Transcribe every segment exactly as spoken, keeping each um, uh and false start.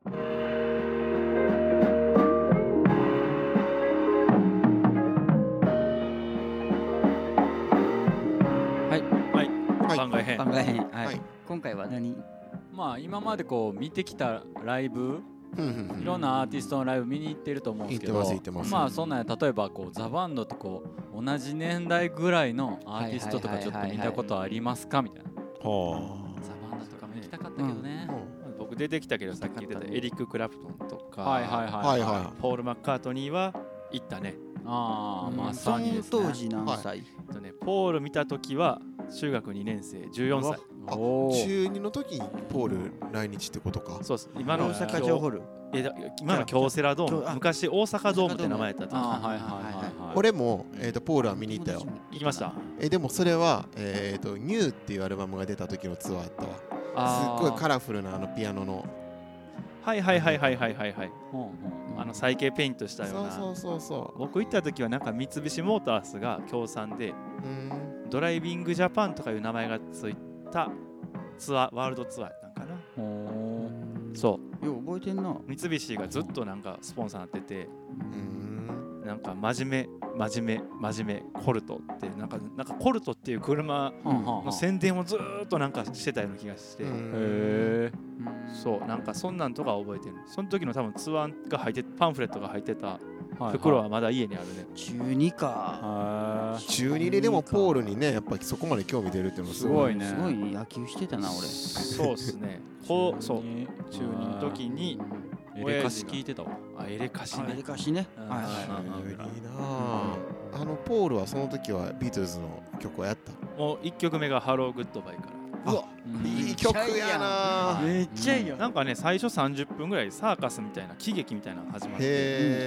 番外編、 番外編、はいはい、 今回は何？ まあ今までこう見てきたライブ、いろんなアーティストのライブ見に行ってると思うんですけど、まあそんな例えばこうザ・バンドってこう同じ年代ぐらいのアーティストとかちょっと見たことありますかみたいな。はあ、ザ・バンドとかも行きたかったけどね。 僕出てきたけどさっき言ってたエリック・クラプトンとか、 はいはいはいはい、 ポール・マッカートニーは行ったね。 ああ、まさにですね。 その当時何歳？ とね、ポール見た時は中学にねん生、じゅうよんさい。 あ、中にの時にポール来日ってことか。 そうです。今の大阪城ホール。 えだ今の京セラドーム、昔大阪ドームって名前だった。 あ、はいはいはい。 俺もえっとポールは見に行ったよ。 行きました。 えでもそれはえっとニューっていうアルバムが出た時のツアーだったわ。すっごいカラフルなあのピアノの。 はいはいはいはいはいはいはい。あの細形ペイントしたような。 そうそうそうそう。 僕行った時はなんか三菱モータースが協賛で、ドライビングジャパンとかいう名前がついたツアー、ワールドツアーなんかな。そう。 よう覚えてんな。 三菱がずっとなんかスポンサーになってて、なんか真面目真面目真面目コルトってなんかなんかコルトっていう車の宣伝をずっとなんかしてたような気がして、へえ。そうなんかそんなんとか覚えてる。その時の多分ツアーが入ってパンフレットが入ってた袋はまだ家にあるね。 中にか。 中にででもポールにねやっぱりそこまで興味出るっていうのはすごいね。 すごい野球してたな俺。 そうっすね。こうそう中にの時にエレカシ聞いてたわ。 あ、エレカシね。 エレカシね。 はいはい。いいなあ。あのポールはその時はビートルズの曲をやった。 もう一曲目がハローグッドバイから。 うわ、いい曲やな。 めっちゃいいよ。 なんかね最初さんじゅっぷんぐらいサーカスみたいな喜劇みたいなの始まって、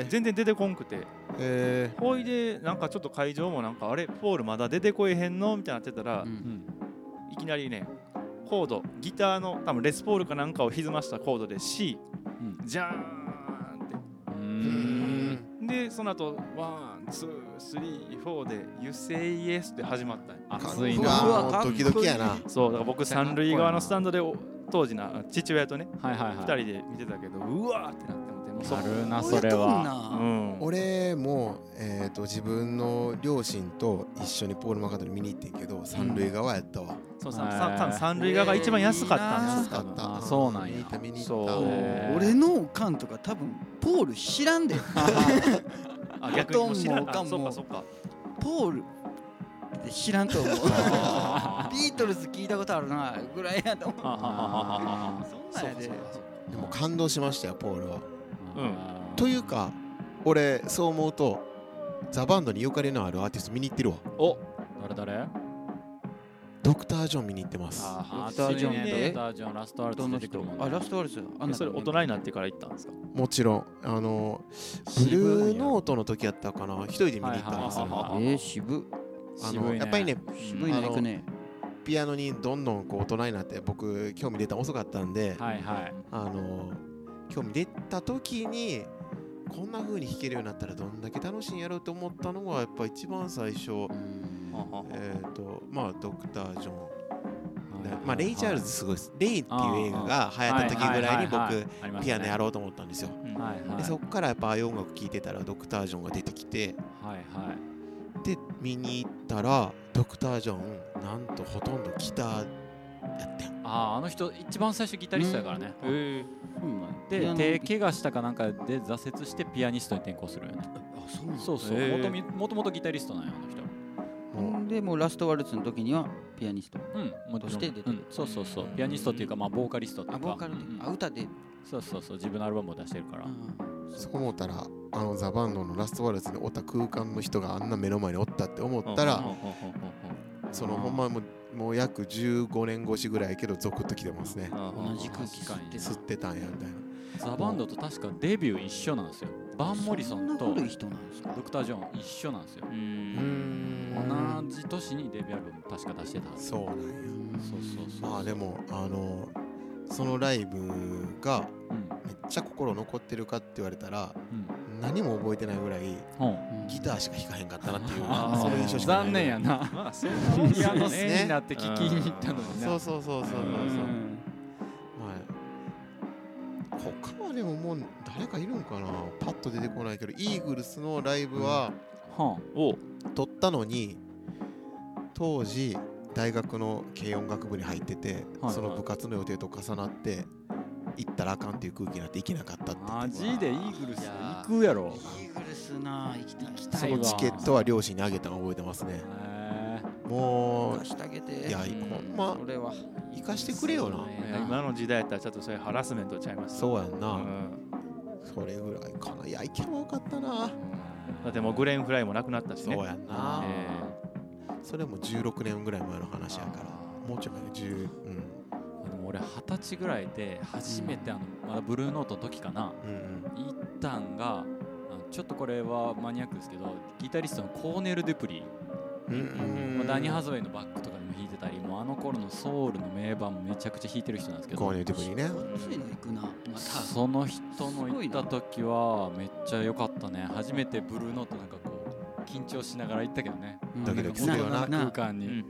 全然出てこんくて。ほいでなんかちょっと会場もなんかあれポールまだ出てこえへんのみたいになってたら、いきなりねコードギターの多分レスポールかなんかを歪ましたコードで C、じゃーんってでその後ワンツースリーフォーで You say yes って始まったん。 熱いな。ドキドキやな。 そうだから僕三塁側のスタンドで当時な父親とねふたりで見てたけど、うわーってなってもでもあるなそれは。 俺もえっと自分の両親と一緒にポール・マッカートニー見に行ってんけど三塁側やったわ。 そうそう、三塁側が一番安かったんです。 安かった。 そうなんや。 見に行った。 俺のおかんとか多分ポール知らんで。 あ、逆に知らん。あ、そっかそっか。 ポールって知らんと思う。ビートルズ聞いたことあるなぐらいやと思う。そんなんやで。 でも感動しましたよポールは。というか俺そう思うとザ・バンドにゆかりのあるアーティスト見に行ってるわ。 お、誰誰？ ドクター・ジョン見に行ってます。 ドクター・ジョンね。ドクター・ジョンラストワルツ出てくるもんね。 あ、ラストワルツ。 それ大人になってから行ったんですか？ もちろんあのブルーノートの時やったかな、一人で見に行ったんですよ。 えー、渋。 あのやっぱりね、 渋いね、行くね。 ピアノにどんどんこう大人になって僕興味出たの遅かったんで、 はいはい、 あの興味出た時にこんな風に弾けるようになったらどんだけ楽しいんやろうと思ったのがやっぱ一番最初、えっとまあドクター・ジョン、まあレイ・チャールズすごいです。レイっていう映画が流行った時ぐらいに僕ピアノやろうと思ったんですよ。でそこからやっぱああいう音楽聴いてたらドクター・ジョンが出てきて、 はいはい、 で見に行ったらドクター・ジョンなんとほとんどギターやってん。 ああ、あの人一番最初ギタリストやからね。へえ。で手怪我したかなんかで挫折してピアニストに転向するよね。 あ、そうなん。 そうそう。もともともとギタリストなんやあの人。 でもラストワルツの時にはピアニストとして出てる。 そうそうそう。ピアニストっていうかまあボーカリストっていうか。 あ、ボーカルで、あ、歌で。 そうそうそう。自分のアルバムを出してるから。 そう思ったらあのザ・バンドのラストワルツにおった空間の人があんな目の前におったって思ったら、そのほんまもうもう約じゅうごねん越しぐらいやけどゾクッときてますね。 同じ空気吸ってたんやみたいな。 ザ・バンドと確かデビュー一緒なんですよ。バン・モリソンとドクター・ジョン一緒なんですよ。同じ年にデビューアルバム確か出してた。 そうなんや。 そうそうそう。 まあでもあのそのライブがめっちゃ心残ってるかって言われたら、何も覚えてないぐらいギターしか弾かへんかったなっていう、その印象しかない。 残念やな。まあそういうピアノ好きになって聴きに行ったのにな。 そうそうそうそうそう。 他はでももう誰かいるんかな、パッと出てこないけど、イーグルスのライブは、うん、を撮ったのに当時大学の軽音楽部に入ってて、はいはい、その部活の予定と重なって行ったらあかんっていう空気になって行けなかったって。 マジでイーグルス行くやろ。 イーグルスな行きたい、行きたいわ。そのチケットは両親にあげたの覚えてますね。もう行かしてあげて、 いや、ほんまそれは行かしてくれよな。 今の時代やったらちょっとそれハラスメントちゃいます。 そうやんな、うん、それぐらいかな。いや、行けばよかったな。だってもうグレンフライもなくなったしね。 そうやんな、えー、それもじゅうろくねんぐらい前の話やから、もうちょい前、じゅう、うん、でも俺はたちぐらいで初めてあの、まだブルーノートの時かな、うんうん、行ったんが、ちょっとこれはマニアックですけど、ギタリストのコーネル・デュプリ、うんうん、ダニー・ハズウェイのバックとかでも弾いてたり、もうあの頃のソウルの名盤もめちゃくちゃ弾いてる人なんですけど、 コーネル・デュプリね、 その人の行った時はめっちゃ良かったね。初めてブルーノートなんかこう緊張しながら行ったけどね、 ドキドキするよな空間に、うんうんうん、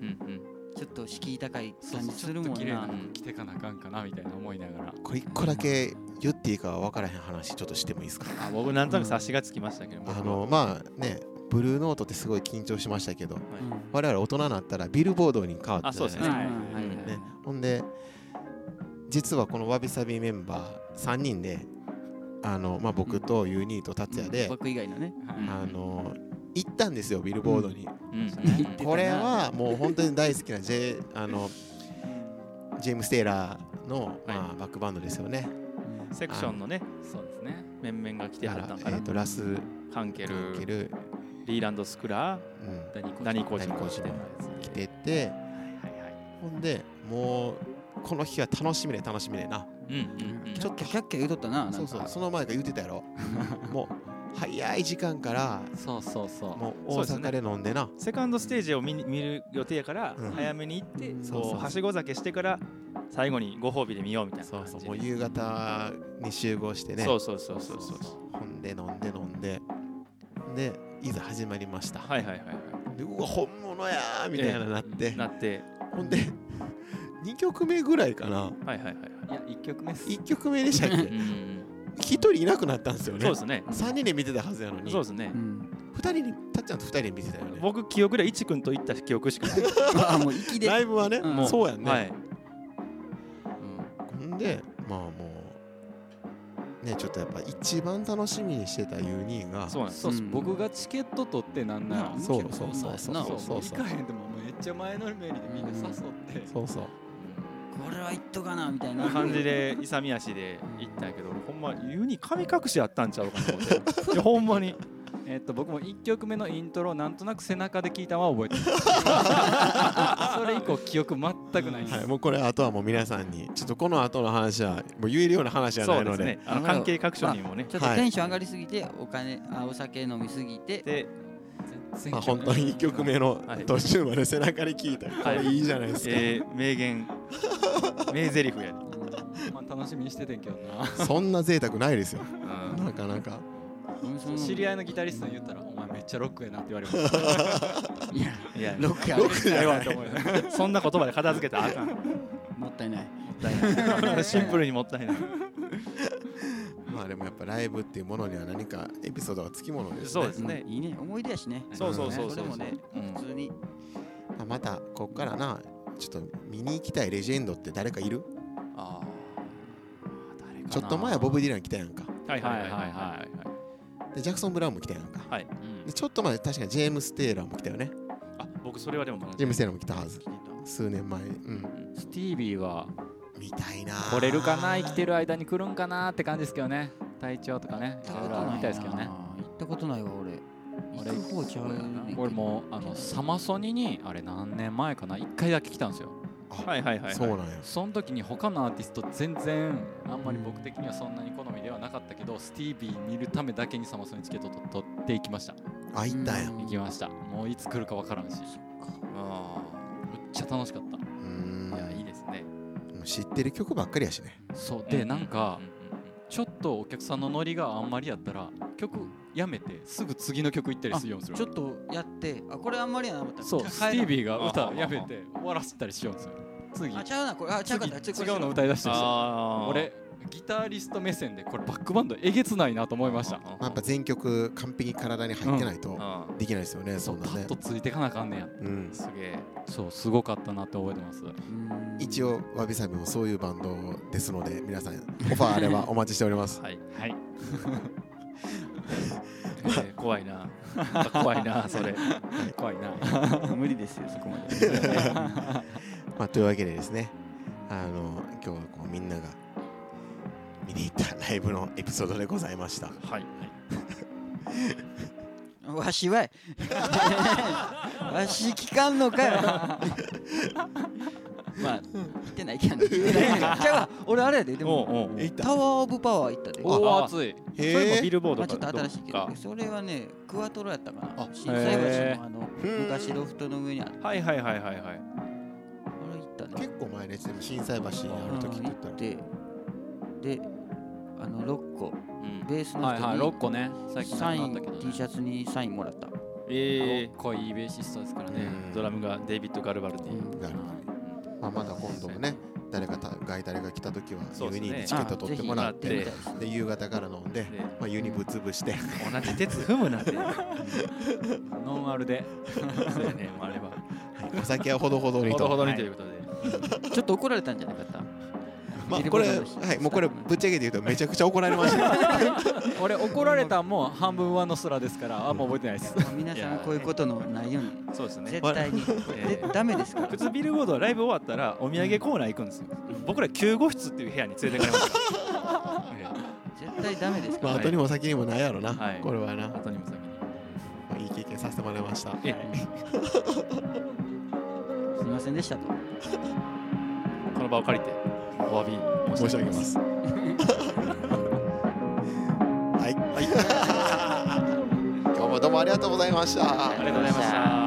ちょっと敷居高い感じするもんな。 ちょっと綺麗な服着てかなあかんかなみたいな思いながら。 これ一個だけ言っていいか分からへん話ちょっとしてもいいですか。 あ、僕なんとなく察しがつきましたけど、うん、 あのまあね、ブルーノートってすごい緊張しましたけど、はい、我々大人になったらビルボードに変わったじゃないですか。ほんで実はこのわびさびメンバーさんにんで、あの、まあ、僕とユーニーと達也で、うん、 僕以外のね、 あの行ったんですよ、ビルボードに、うんうん、これはもう本当に大好きな J あのジェームス・テイラーの、まあ、バックバンドですよね。 セクションのね、そうですね、面々が来てはったんかな。 えーとラス・ハンケル、ハンケルリーランド・スクラー、うん、ダニー・コーチも来てて、ほんでもうこの日は楽しみで楽しみでな、 うんうんうん、ちょっとキャッキャ言うとったな。 そうそう、その前から言うてたやろもう早い時間からそうそうそう、 もう大阪で飲んでな、 ね、セカンドステージを 見, 見る予定やから、うん、早めに行って、うん、そうはしご酒してから最後にご褒美で見ようみたいな感じで。 そうそう、もう夕方に集合してね、 そうそうそうそうそう、 ほんで飲んで飲んででいざ始まりました。 はいはいはいはい。 で、うわ本物やーみたいななって、 えー、なってほんでにきょくめぐらいかな。はいはいはい。 いやいっきょくめです。 いっきょくめでしたっけひとりいなくなったんですよね。 そうですね。 さんにんで見てたはずやのに。 そうですね。 ふたりに、たっちゃんとふたりで見てたよね。 僕記憶でいちくんと行った記憶しかない。 あ、もう息でライブはね、うん、そうやんね。はい。うん、で、まあもうね、ちょっとやっぱ一番楽しみにしてたユーニーが、 そうなんです。そう、うん、僕がチケット取ってなんなら、 そうそうそうそうそうそう行かへんでもめっちゃ前のめりでみんな誘って、 そうそう。 これは言っとかなみたいな感じで勇み足で行ったんやけど、ほんまユニ神隠しあったんちゃうかなと思っていやほんまにえっと僕もいっきょくめのイントロなんとなく背中で聞いたのは覚えてますそれ以降記憶全くないです、 はい、もうこれあとはもう皆さんにちょっとこの後の話はもう言えるような話じゃないので、そうですね、 あの関係各所にもね、 まあ、ちょっとテンション上がりすぎてお金あお酒飲みすぎてでまあ、本当にいっきょくめの途中まで背中に聞いた、はい、これいいじゃないですか、 えー、名言名台詞やね、 まあ、楽しみにしててんけどなそんな贅沢ないですよ、うん、なかなか知り合いのギタリストに言ったらお前めっちゃロックやなって言われましたいやいやロックやロックやわと思うそんな言葉で片付けたらあかんもったいないもったいないシンプルにもったいないまあでもやっぱライブっていうものには何かエピソードがつきものですね。 そうですね。 いいね、思い出やしね。 そうそうそうそう。 それもね、普通に。 まあまたここからな、ちょっと見に行きたいレジェンドって誰かいる？ああ。誰かな。ちょっと前はボブ・ディラン来たやんか。 はいはいはいはい。 でジャクソン・ブラウンも来たやんか。はい。でちょっと前確かジェームス・テイラーも来たよね。 あ、僕それはでもジェームス・テイラーも来たはず。数年前。うん。 スティービーは。 見たいな来れるかな、生きてる間に来るんかなって感じですけどね、体調とかね、いろいろ見たいですけどね。 行ったことないわ俺。 俺行く方ちゃう。俺もあのサマソニにあれ何年前かないっかいだけ来たんですよ。 はいはいはい。 そうなんや。 その時に他のアーティスト全然あんまり僕的にはそんなに好みではなかったけど、スティービー見るためだけにサマソニチケット取っていきました。 あ、行ったんや。 行きました。もういつ来るかわからんし。ああ、めっちゃ楽しかった。 いやいいですね。 知ってる曲ばっかりやしね。 そうで、なんかちょっとお客さんのノリがあんまりやったら曲やめてすぐ次の曲行ったりするようにする。 ちょっとやってあこれあんまりやな思ったらそうスティービーが歌やめて終わらせたりしようんですよ。次あちゃうなこれあちゃうかった次違うの歌い出したりして俺ギタリスト目線でこれバックバンドえげつないなと思いました。 やっぱ全曲完璧に体に入ってないとできないですよね。 そんなね。パッとついていかなあかんねや。うん。すげえ。そうすごかったなって覚えてます。 一応わびさびもそういうバンドですので皆さんオファーあればお待ちしております。 はいはい。えー、怖いな。怖いなそれ。怖いな。 無理ですよそこまで。 まあというわけでですね。あの今日はこうみんなが見に行ったライブのエピソードでございました。はい。 わしはい。わし聞かんのかよ。まあ行ってないけど。じゃあ俺あれやででもタワーオブパワー行ったで。 おお熱い。 それもビルボードちょっと新しいけどそれはねクワトロやったかな。心斎橋のあの昔ロフトの上にあった。 はいはいはいはいはい。 結構前ですね。心斎橋にある時って言ったらであのロッコ、うん、ベースの人に、 はいはい、ロッコねサイン T シャツにサインもらった。 えー、かっこいいベーシストですからね。 ドラムがデイビッド・ガルバルディ、うん、ガルバルディ、 まあ、まだ今度もね誰かガイタレが来た時はユニにチケット取ってもらって、で夕方から飲んで、まあ、ユニぶっ潰して同じ鉄踏むなってノンアルでそうやね、あれはお酒はほどほどにとほどほどにということで、 ちょっと怒られたんじゃなかった？ まあこれはいもうこれぶっちゃけて言うとめちゃくちゃ怒られました。 俺怒られたんも半分上の空ですからあんま覚えてないです。 皆さんこういうことのないようにそうですね。 絶対にダメですから。 普通ビルボードはライブ終わったらお土産コーナー行くんですよ。僕らきゅうご室っていう部屋に連れてかれました。 絶対ダメですから。 まあ後にも先にもないやろな。これはな。 後にも先に。 いい経験させてもらいました。すみませんでしたと。 この場を借りてお詫び申し上げます。はい。はい。今日もどうもありがとうございました。 ありがとうございました。